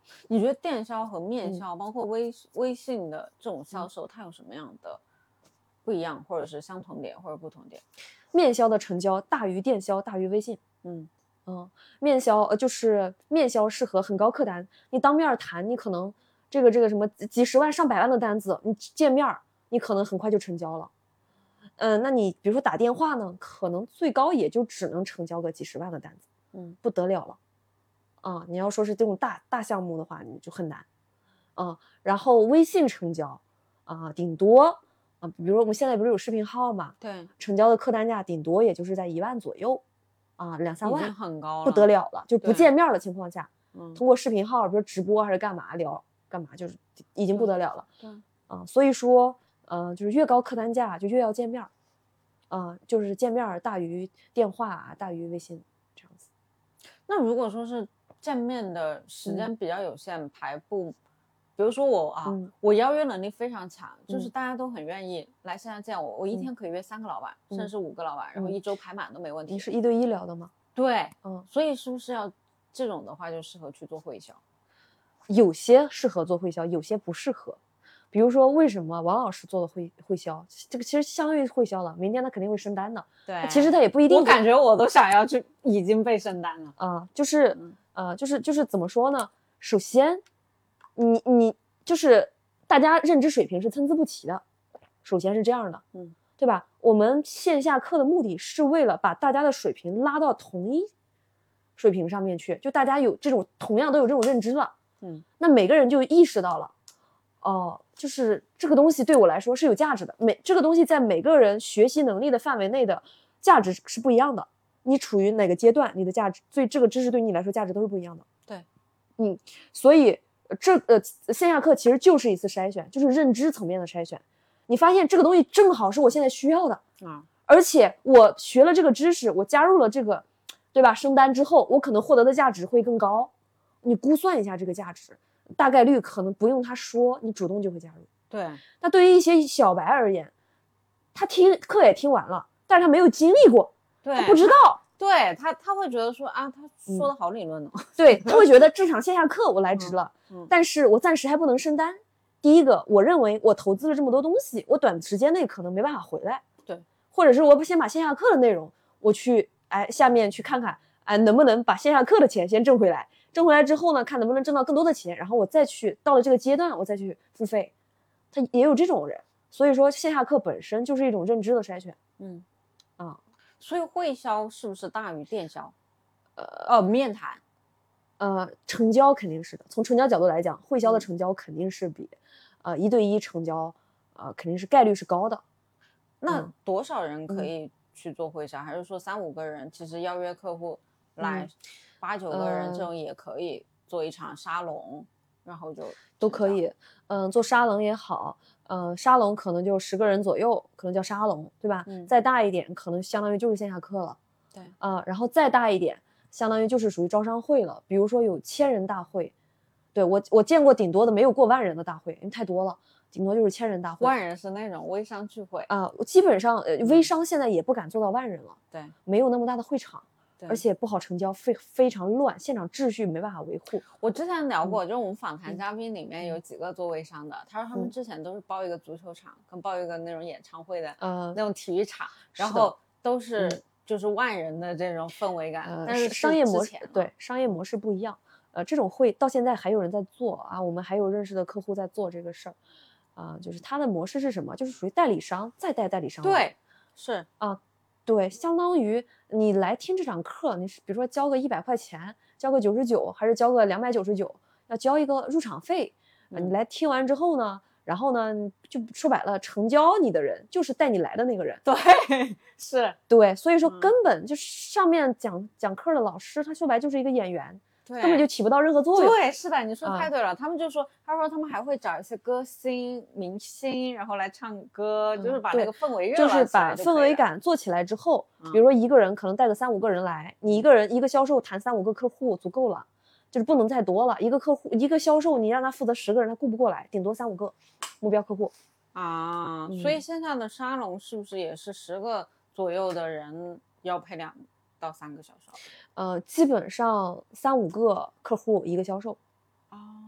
你觉得电销和面销，包括微信的这种销售，它有什么样的不一样，或者是相同点或者不同点？ 面销的成交大于电销，大于微信。面销就是面销适合很高客单，你当面谈，你可能这个什么几十万上百万的单子，你见面你可能很快就成交了。那你比如说打电话呢，可能最高也就只能成交个几十万的单子，不得了了。你要说是这种大项目的话，你就很难。然后微信成交顶多比如说我们现在不是有视频号嘛， 对， 成交的客单价顶多也就是在1万左右，2-3万， 已经很高了， 不得了了。就不见面的情况下，通过视频号，比如直播还是干嘛聊干嘛，就是已经不得了了。 对， 所以说就是越高客单价就越要见面，就是见面大于电话，大于微信这样子。 那如果说是见面的时间比较有限，排布，比如说我邀约能力非常强，就是大家都很愿意来线下见我，我一天可以约3个老板，甚至是5个老板，然后1周排满都没问题。 你是1对1聊的吗？ 对，所以是不是要这种的话就适合去做会销？ 有些适合做会销，有些不适合。比如说为什么王老师做的会销，这个其实相当于会销了，明天他肯定会升单的。 对， 其实他也不一定。 我感觉我都想要去已经被升单了。 就是怎么说呢？首先，你就是大家认知水平是参差不齐的，首先是这样的，对吧？我们线下课的目的是为了把大家的水平拉到同一水平上面去，就大家有这种同样都有这种认知了，那每个人就意识到了，就是这个东西对我来说是有价值的，这个东西在每个人学习能力的范围内的价值是不一样的。你处于哪个阶段，你的价值，所以这个知识对你来说价值都是不一样的。 对， 所以线下课其实就是一次筛选，就是认知层面的筛选。你发现这个东西正好是我现在需要的，而且我学了这个知识，我加入了这个，对吧？升单之后，我可能获得的价值会更高。你估算一下这个价值，大概率可能不用他说，你主动就会加入。 对， 那对于一些小白而言，他听课也听完了，但是他没有经历过，他不知道。 对他会觉得说他说的好理论哦。 对，他会觉得这场线下课我来值了，但是我暂时还不能升单。第一个，我认为我投资了这么多东西，我短时间内可能没办法回来。 对， 或者是我先把线下课的内容，我去下面去看看，能不能把线下课的钱先挣回来。挣回来之后呢，看能不能挣到更多的钱，然后我再去到了这个阶段，我再去付费。他也有这种人，所以说线下课本身就是一种认知的筛选。 所以会销是不是大于电销？面谈， 成交肯定是的。从成交角度来讲，会销的成交肯定是比1对1成交肯定是概率是高的。 那多少人可以去做会销？还是说3-5个人其实邀约客户来8-9个人这种也可以做一场沙龙，然后就都可以。做沙龙也好，沙龙可能就10个人左右，可能叫沙龙，对吧？再大一点，可能相当于就是线下课了。 对， 然后再大一点，相当于就是属于招商会了。比如说有1000人大会，对，我见过顶多的没有过万人的大会，因为太多了，顶多就是1000人大会。 万人是那种微商聚会基本上微商现在也不敢做到万人了， 对， 没有那么大的会场。而且不好成交，非常乱，现场秩序没办法维护。 我之前聊过，就是我们访谈嘉宾里面有几个做微商的，他说他们之前都是包一个足球场，跟包一个那种演唱会的那种体育场，然后都是就是万人的这种氛围感。但是商业模式对商业模式不一样。这种会到现在还有人在做我们还有认识的客户在做这个事儿就是他的模式是什么？就是属于代理商再带代理商。 对，是对，相当于你来听这场课，你比如说交个100块钱，交个99，还是交个299，要交一个入场费。你来听完之后呢，然后呢，就说白了，成交你的人就是带你来的那个人。 对，是， 对，所以说根本就上面讲课的老师，他说白就是一个演员。根本就起不到任何作用。 对，是的，你说太对了。他们就说，他说他们还会找一些歌星、明星，然后来唱歌，就是把那个氛围就是把氛围感做起来之后，比如说一个人可能带个3-5个人来，你一个销售谈3-5个客户足够了，就是不能再多了。一个销售你让他负责10个人，他顾不过来，顶多3-5个目标客户所以线下的沙龙是不是也是10个左右的人要配2到3个销售？ 基本上3-5个客户1个销售。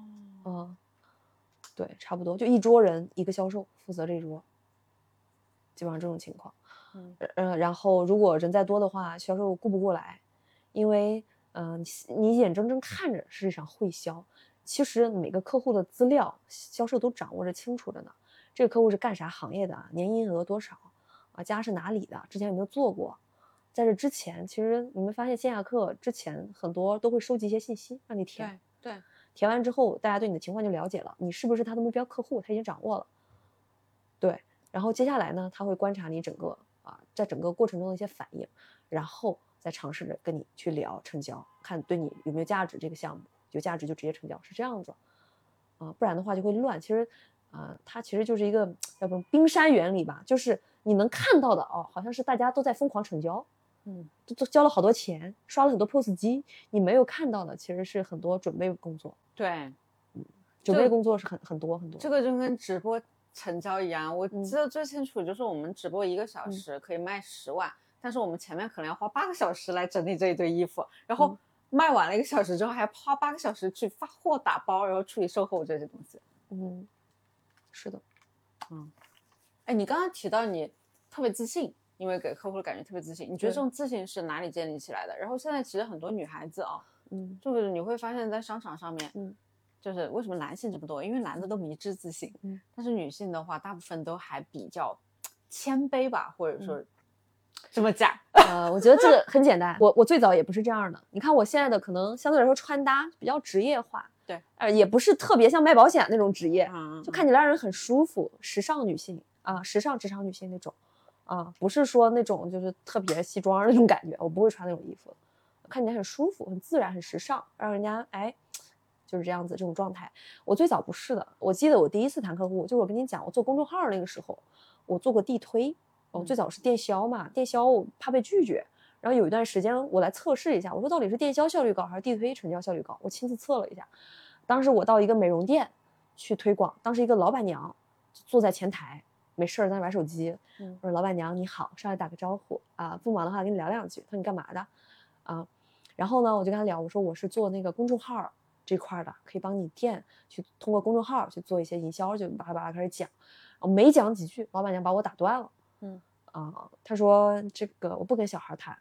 对，差不多就一桌人一个销售负责这一桌，基本上这种情况。然后如果人再多的话，销售顾不过来，因为你眼睁睁看着是一场会销，其实每个客户的资料销售都掌握着清楚着呢。这个客户是干啥行业的，年营业额多少啊，家是哪里的，之前有没有做过。在这之前，其实你们发现线下课之前很多都会收集一些信息让你填， 对， 填完之后大家对你的情况就了解了，你是不是他的目标客户，他已经掌握了。对，然后接下来呢，他会观察你整个在整个过程中的一些反应，然后再尝试着跟你去聊成交，看对你有没有价值，这个项目有价值就直接成交，是这样子。不然的话就会乱。其实它其实就是一个叫什么冰山原理吧，就是你能看到的好像是大家都在疯狂成交，都交了好多钱，刷了很多 POS 机，你没有看到的其实是很多准备工作。 对， 准备工作是很多很多。 这个就跟直播成交一样，我记得最清楚就是我们直播1个小时可以卖10万，但是我们前面可能要花8个小时来整理这一堆衣服，然后卖完了1个小时之后还花8个小时去发货打包，然后处理售后这些东西。 是的。 你刚刚提到你特别自信，因为给客户的感觉特别自信，你觉得这种自信是哪里建立起来的？然后现在其实很多女孩子就是你会发现在商场上面就是为什么男性这么多，因为男的都迷之自信，但是女性的话大部分都还比较谦卑吧，或者说这么讲。 我觉得这个很简单，我最早也不是这样的。你看我现在的可能相对来说穿搭比较职业化， 对， 也不是特别像卖保险那种职业，就看起来让人很舒服，时尚女性时尚职场女性那种不是说那种就是特别西装那种感觉，我不会穿那种衣服，看起来很舒服，很自然，很时尚，让人家就是这样子这种状态。我最早不是的，我记得我第一次谈客户，就是我跟你讲，我做公众号那个时候，我做过地推。我最早是电销嘛，电销我怕被拒绝，然后有一段时间我来测试一下，我说到底是电销效率高还是地推成交效率高，我亲自测了一下。当时我到一个美容店去推广，当时一个老板娘坐在前台没事在那玩手机，我说老板娘你好，上来打个招呼不忙的话跟你聊2句。她说你干嘛的然后呢我就跟她聊，我说我是做那个公众号这块的，可以帮你店去通过公众号去做一些营销，就巴拉巴拉开始讲。没讲几句，老板娘把我打断了。他说这个我不跟小孩谈，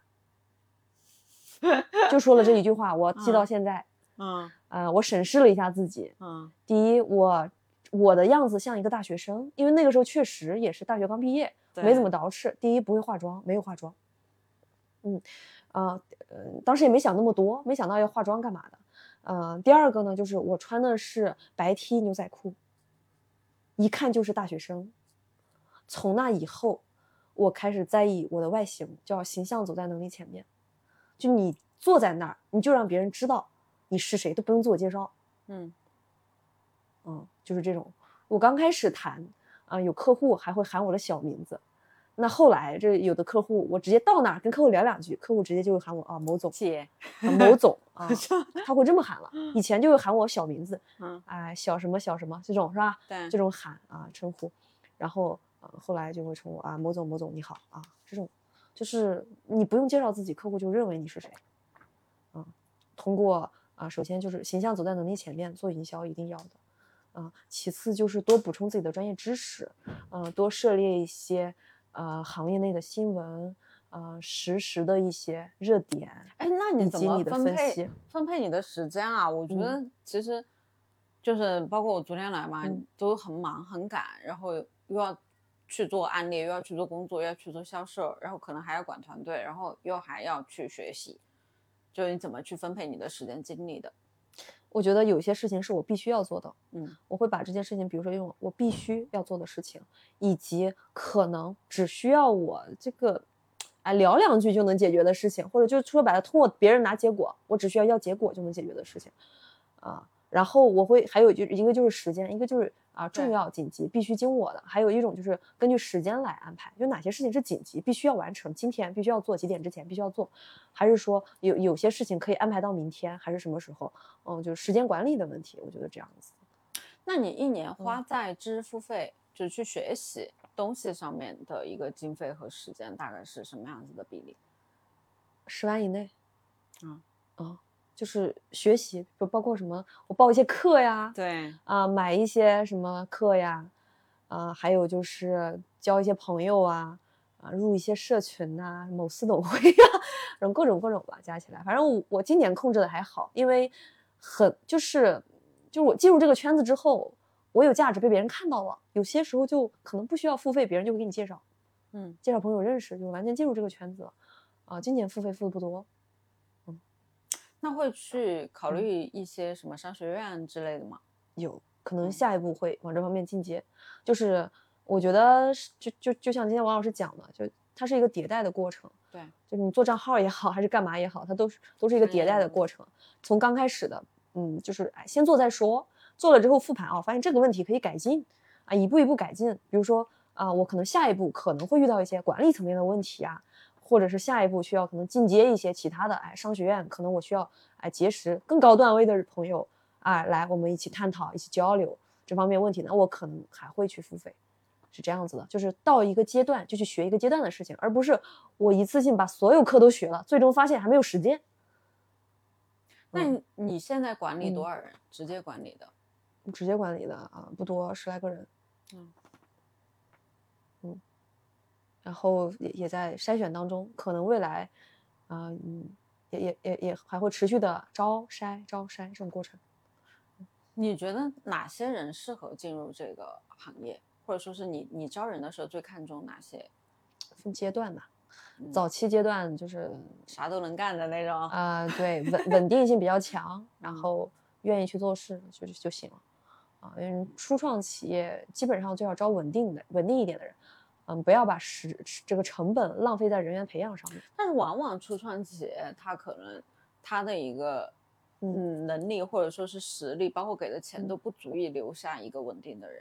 就说了这一句话，我记到现在。我审视了一下自己。第一，我的样子像一个大学生，因为那个时候确实也是大学刚毕业，没怎么捯饬。第一，不会化妆，没有化妆。当时也没想那么多，没想到要化妆干嘛的。第二个呢，就是我穿的是白 T 牛仔裤，一看就是大学生。从那以后，我开始在意我的外形，叫形象走在能力前面。就你坐在那儿，你就让别人知道你是谁，都不用自我介绍。就是这种。我刚开始谈有客户还会喊我的小名字，那后来这有的客户我直接到那儿跟客户聊2句，客户直接就会喊我某总姐某总他会这么喊了。以前就会喊我小名字，小什么小什么这种是吧？ 对， 这种喊称呼，然后后来就会称呼某总某总你好这种就是你不用介绍自己，客户就认为你是谁。通过首先就是形象走在能力前面，做营销一定要的。其次就是多补充自己的专业知识，多涉猎一些行业内的新闻，实时的一些热点。 那你怎么分配你的时间啊？我觉得其实就是包括我昨天来嘛，都很忙很赶，然后又要去做案例，又要去做工作，又要去做销售，然后可能还要管团队，然后又还要去学习，就你怎么去分配你的时间精力的？ 我觉得有些事情是我必须要做的，我会把这件事情，比如说用我必须要做的事情，以及可能只需要我这个聊2句就能解决的事情，或者就说白了通过别人拿结果，我只需要结果就能解决的事情然后我会还有一个就是时间，一个就是重要紧急必须经我的，还有一种就是根据时间来安排，就哪些事情是紧急必须要完成，今天必须要做，几点之前必须要做，还是说有些事情可以安排到明天，还是什么时候就是时间管理的问题，我觉得这样子。 那你一年花在知识付费就是去学习东西上面的一个经费和时间大概是什么样子的比例？ 10万以内。 就是学习，就包括什么，我报一些课呀， 对买一些什么课呀，还有就是交一些朋友啊，入一些社群呐、某私董会啊，然后各种吧，加起来，反正我今年控制的还好，因为就是我进入这个圈子之后，我有价值被别人看到了，有些时候就可能不需要付费，别人就会给你介绍，介绍朋友认识，就完全进入这个圈子了。今年付费付的不多。 那会去考虑一些什么商学院之类的吗？ 有可能下一步会往这方面进阶，就是我觉得就像今天王老师讲的，就它是一个迭代的过程。 对， 就是你做账号也好，还是干嘛也好，它都是一个迭代的过程。从刚开始的，就是先做再说，做了之后复盘发现这个问题可以改进一步一步改进。比如说我可能下一步可能会遇到一些管理层面的问题啊，或者是下一步需要可能进阶一些其他的商学院，可能我需要结识更高段位的朋友来我们一起探讨一起交流这方面问题呢，我可能还会去付费，是这样子的，就是到一个阶段就去学一个阶段的事情，而不是我一次性把所有课都学了，最终发现还没有实践。 那你现在管理多少人？直接管理的？ 直接管理的不多，10来个人。然后也在筛选当中，可能未来也还会持续的招筛这种过程。 你觉得哪些人适合进入这个行业，或者说是你招人的时候最看重哪些？ 分阶段吧，早期阶段就是啥都能干的那种对，稳定性比较强，然后愿意去做事就行了因为初创企业基本上就要招稳定一点的人。不要把这个成本浪费在人员培养上面。 但是往往初创企业它可能它的一个能力或者说是实力，包括给的钱都不足以留下一个稳定的人。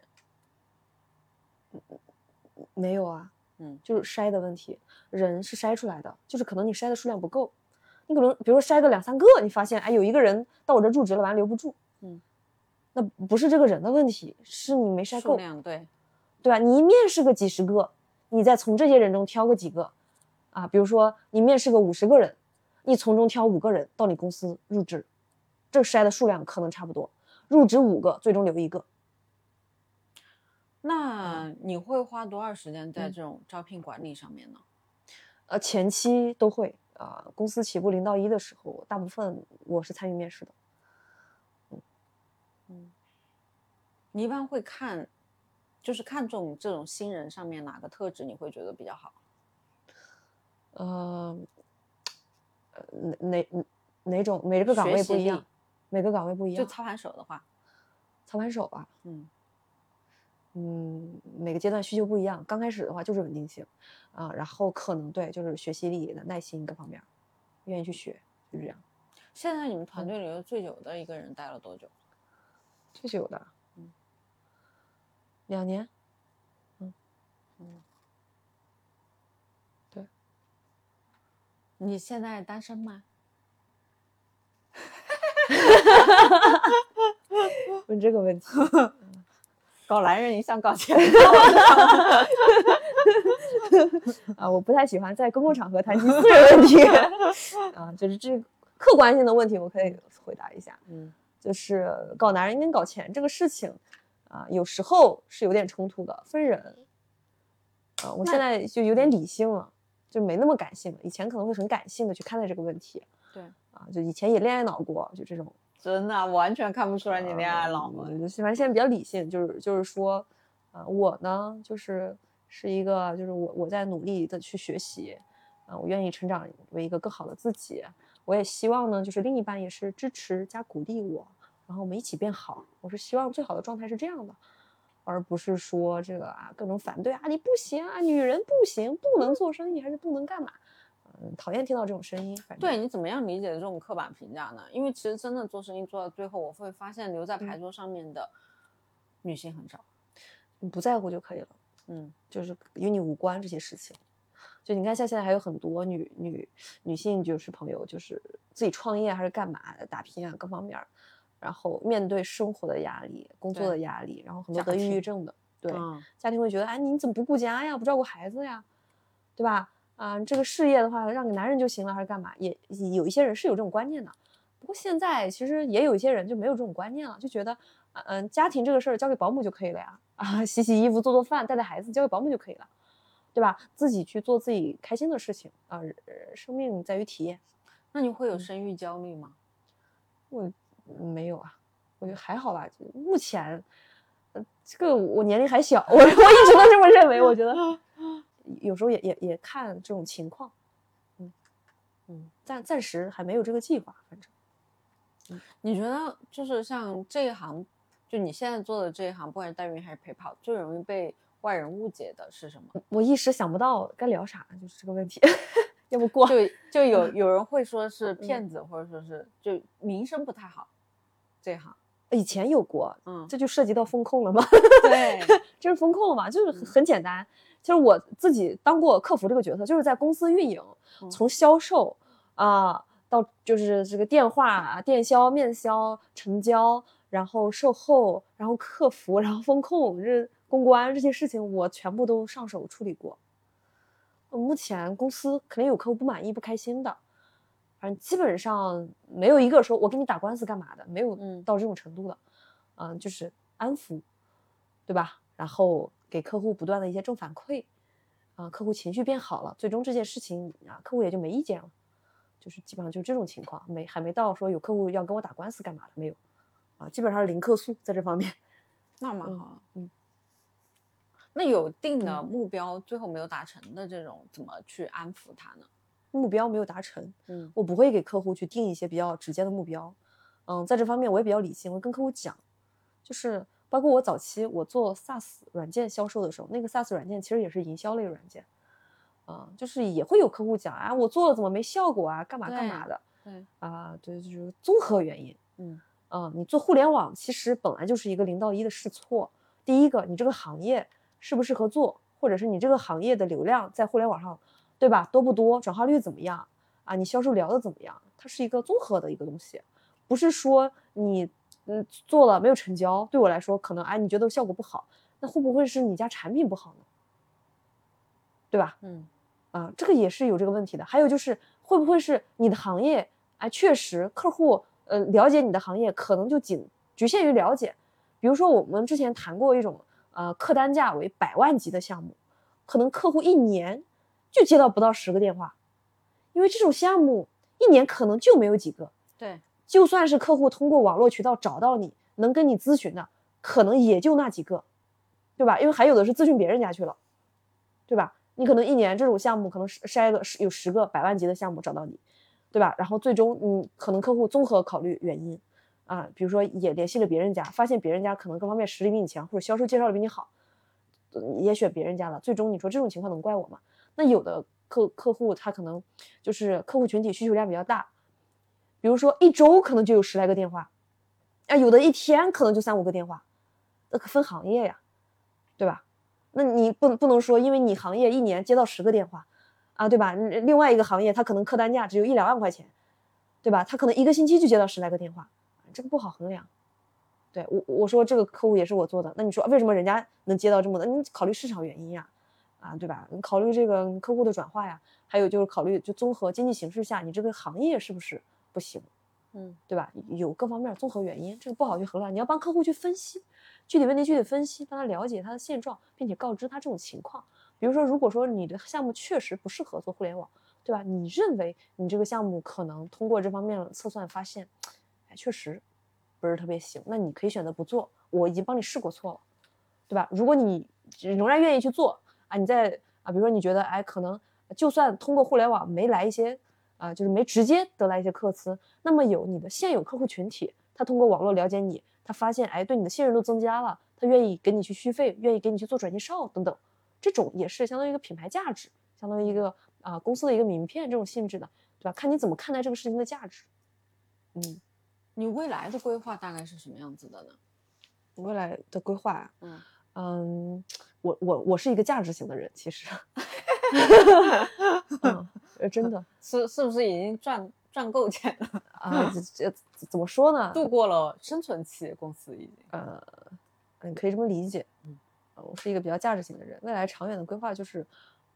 没有啊，就是筛的问题，人是筛出来的，就是可能你筛的数量不够，你可能比如说筛个2、3个，你发现有一个人到我这入职了，完了留不住，那不是这个人的问题，是你没筛够， 数量对吧？你一面试个几十个，你再从这些人中挑个几个比如说你面试个50个人，你从中挑5个人到你公司入职，这筛的数量可能差不多，入职5个，最终留1个。 那你会花多少时间在这种招聘管理上面呢？ 前期都会公司起步0到1的时候，大部分我是参与面试的。 你一般会就是看重这种新人上面哪个特质你会觉得比较好？ 哪种？每个岗位不一样，每个岗位不一样。 就操盘手的话， 操盘手吧，每个阶段需求不一样。刚开始的话就是稳定性然后可能对就是学习力的耐心各方面，愿意去学，就这样。 现在你们团队里最久的一个人待了多久？ 最久的2年。对。 你现在单身吗？ 问这个问题搞男人你想搞钱我不太喜欢在公共场合谈及私人问题就是这客观性的问题我可以回答一下。就是搞男人跟搞钱这个事情有时候是有点冲突的，分人我现在就有点理性了，就没那么感性了，以前可能会很感性的去看待这个问题。 对就以前也恋爱脑过，就这种。 真的完全看不出来你恋爱脑反正现在比较理性，就是说我呢是一个就是我在努力的去学习我愿意成长为一个更好的自己，我也希望呢就是另一半也是支持加鼓励我，然后我们一起变好，我是希望最好的状态是这样的，而不是说这个各种反对你不行女人不行，不能做生意还是不能干嘛，讨厌听到这种声音。 对，你怎么样理解这种刻板评价呢？因为其实真的做生意做到最后，我会发现留在牌桌上面的女性很少。 你不在乎就可以了，就是与你无关这些事情。就你看像现在还有很多女性就是朋友，就是自己创业还是干嘛打拼各方面，然后面对生活的压力工作的压力，然后很多得抑郁症的，对家庭会觉得你怎么不顾家呀，不照顾孩子呀，对吧这个事业的话让给男人就行了还是干嘛，也有一些人是有这种观念的不过现在其实也有一些人就没有这种观念了，就觉得家庭这个事儿交给保姆就可以了呀，洗洗衣服做做饭带带孩子交给保姆就可以了，对吧？自己去做自己开心的事情啊，生命在于体验。 那你会有生育焦虑吗？ 我没有啊，我觉得还好吧。目前，这个我年龄还小，我一直都这么认为。我觉得有时候也看这种情况，暂时还没有这个计划，反正。 你觉得就是像这一行，就你现在做的这一行，不管是代孕还是陪跑，最容易被外人误解的是什么？ 我一时想不到该聊啥，就是这个问题。要不过就有人会说是骗子，或者说是就名声不太好，这一行。 以前有过，这就涉及到风控了嘛。 对， 就是风控嘛，就是很简单。其实我自己当过客服这个角色，就是在公司运营，从销售到就是这个电话、电销、面销、成交，然后售后，然后客服，然后风控、这公关这些事情，我全部都上手处理过。目前公司肯定有客户不满意、不开心的，反正基本上没有一个说我跟你打官司干嘛的，没有到这种程度的，就是安抚，对吧？然后给客户不断的一些正反馈，客户情绪变好了，最终这件事情客户也就没意见了，就是基本上就这种情况，还没到说有客户要跟我打官司干嘛的，没有，基本上是零客诉在这方面， 那蛮好。那有定的目标最后没有达成的这种，怎么去安抚他呢？ 目标没有达成，我不会给客户去定一些比较直接的目标，在这方面我也比较理性，我跟客户讲，就是包括我早期我做 SaaS 软件销售的时候，那个 SaaS 软件其实也是营销类软件，就是也会有客户讲我做了怎么没效果啊，干嘛干嘛的，对，就是综合原因，你做互联网其实本来就是一个0到1的试错，第一个你这个行业适不适合做，或者是你这个行业的流量在互联网上，对吧？多不多，转化率怎么样你销售聊的怎么样？它是一个综合的一个东西，不是说你做了没有成交，对我来说可能你觉得效果不好，那会不会是你家产品不好呢？对吧？这个也是有这个问题的。还有就是会不会是你的行业确实客户了解你的行业可能就仅局限于了解，比如说我们之前谈过一种客单价为100万级的项目，可能客户一年就接到不到10个电话，因为这种项目一年可能就没有几个， 对， 就算是客户通过网络渠道找到你能跟你咨询的可能也就那几个，对吧？因为还有的是咨询别人家去了，对吧？你可能一年这种项目可能筛个有10个100万级的项目找到你，对吧？然后最终可能客户综合考虑原因比如说也联系了别人家，发现别人家可能各方面实力比你强，或者销售介绍的比你好，也选别人家了，最终你说这种情况能怪我吗？那有的客户他可能就是客户群体需求量比较大，比如说一周可能就有10来个电话，有的一天可能就3、5个电话，那可分行业呀，对吧？那你不能说因为你行业一年接到10个电话对吧？另外一个行业他可能客单价只有1、2万块钱，对吧？他可能一个星期就接到10来个电话，这个不好衡量。对，我说这个客户也是我做的，那你说为什么人家能接到这么多？你考虑市场原因呀，对吧？你考虑这个客户的转化呀，还有就是考虑就综合经济形势下你这个行业是不是不行，对吧？有各方面综合原因，这个不好去衡量。你要帮客户去分析具体问题，具体分析，帮他了解他的现状，并且告知他这种情况。比如说，如果说你的项目确实不适合做互联网，对吧？你认为你这个项目可能通过这方面的测算发现，确实不是特别行，那你可以选择不做。我已经帮你试过错了，对吧？如果你仍然愿意去做你在比如说你觉得可能就算通过互联网没来一些就是没直接得来一些客次，那么有你的现有客户群体，他通过网络了解你，他发现对你的信任度增加了，他愿意给你去续费，愿意给你去做转介绍等等，这种也是相当于一个品牌价值，相当于一个公司的一个名片这种性质的，对吧？看你怎么看待这个事情的价值。 你未来的规划大概是什么样子的呢？ 未来的规划我是一个价值型的人，其实真的是不是已经赚够钱了这怎么说呢？ 度过了生存期，公司已经你可以这么理解。我是一个比较价值型的人，未来长远的规划就是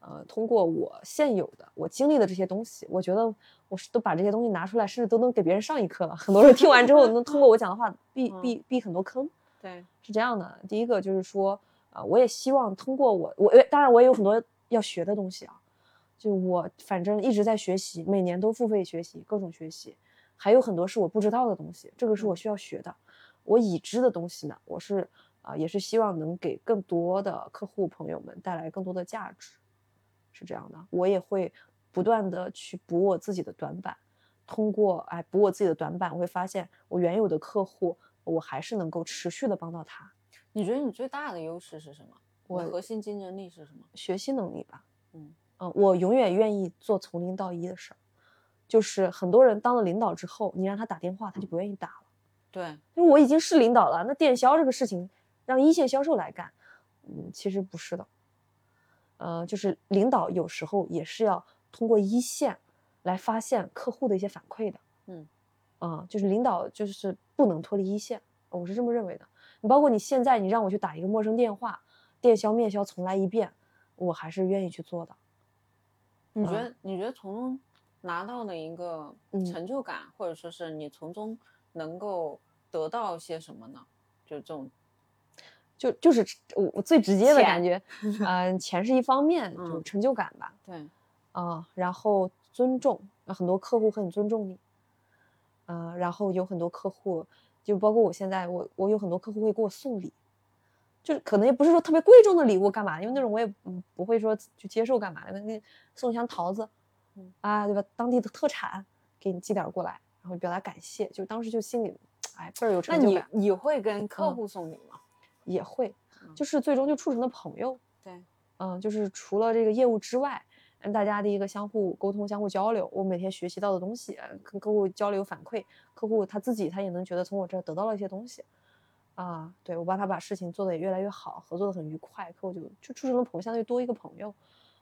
通过我现有的我经历的这些东西，我觉得我都把这些东西拿出来，甚至都能给别人上一课了。很多人听完之后能通过我讲的话避很多坑。 对， 是这样的。第一个就是说，我也希望通过我当然我也有很多要学的东西啊，就我反正一直在学习，每年都付费学习各种学习，还有很多是我不知道的东西，这个是我需要学的。我已知的东西呢，我是也是希望能给更多的客户朋友们带来更多的价值，是这样的。我也会不断的去补我自己的短板，通过补我自己的短板，我会发现我原有的客户，我还是能够持续的帮到他。 你觉得你最大的优势是什么？我核心竞争力是什么？ 学习能力吧。我永远愿意做从零到一的事儿。就是很多人当了领导之后，你让他打电话，他就不愿意打了。 对， 因为我已经是领导了，那电销这个事情让一线销售来干，其实不是的。就是领导有时候也是要通过一线来发现客户的一些反馈的。就是领导就是不能脱离一线，我是这么认为的。你包括你现在你让我去打一个陌生电话，电销面销重来一遍，我还是愿意去做的。 你觉得从中拿到的一个成就感，或者说是你从中能够得到些什么呢？就这种， 就是我最直接的感觉，钱是一方面，就是成就感吧。 对， 然后尊重，很多客户很尊重你，然后有很多客户，就包括我现在，我有很多客户会给我送礼，就是可能也不是说特别贵重的礼物干嘛，因为那种我也不会说去接受干嘛的，给送一箱桃子，对吧？当地的特产给你寄点过来，然后表达感谢，就当时就心里倍儿有成就感。 那你会跟客户送礼吗？ 也会，就是最终就处成了朋友。 对， 就是除了这个业务之外，大家的一个相互沟通、相互交流，我每天学习到的东西，跟客户交流反馈，客户他自己他也能觉得从我这儿得到了一些东西。对，我帮他把事情做得也越来越好，合作得很愉快，客户就处成了朋友，相当于多一个朋友。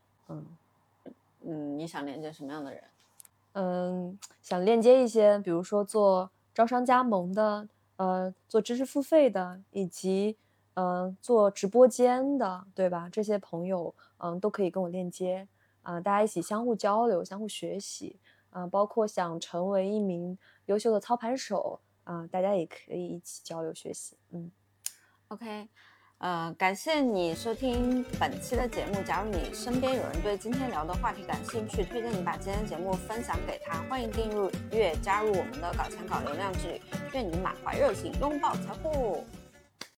你想连接什么样的人？ 想链接一些，比如说做招商加盟的，做知识付费的，以及做直播间的，对吧？这些朋友都可以跟我链接，大家一起相互交流、相互学习，包括想成为一名优秀的操盘手，大家也可以一起交流学习。 OK，感谢你收听本期的节目。假如你身边有人对今天聊的话题感兴趣，推荐你把今天节目分享给他。欢迎订阅加入我们的搞钱搞流量之旅，愿你满怀热情拥抱财富。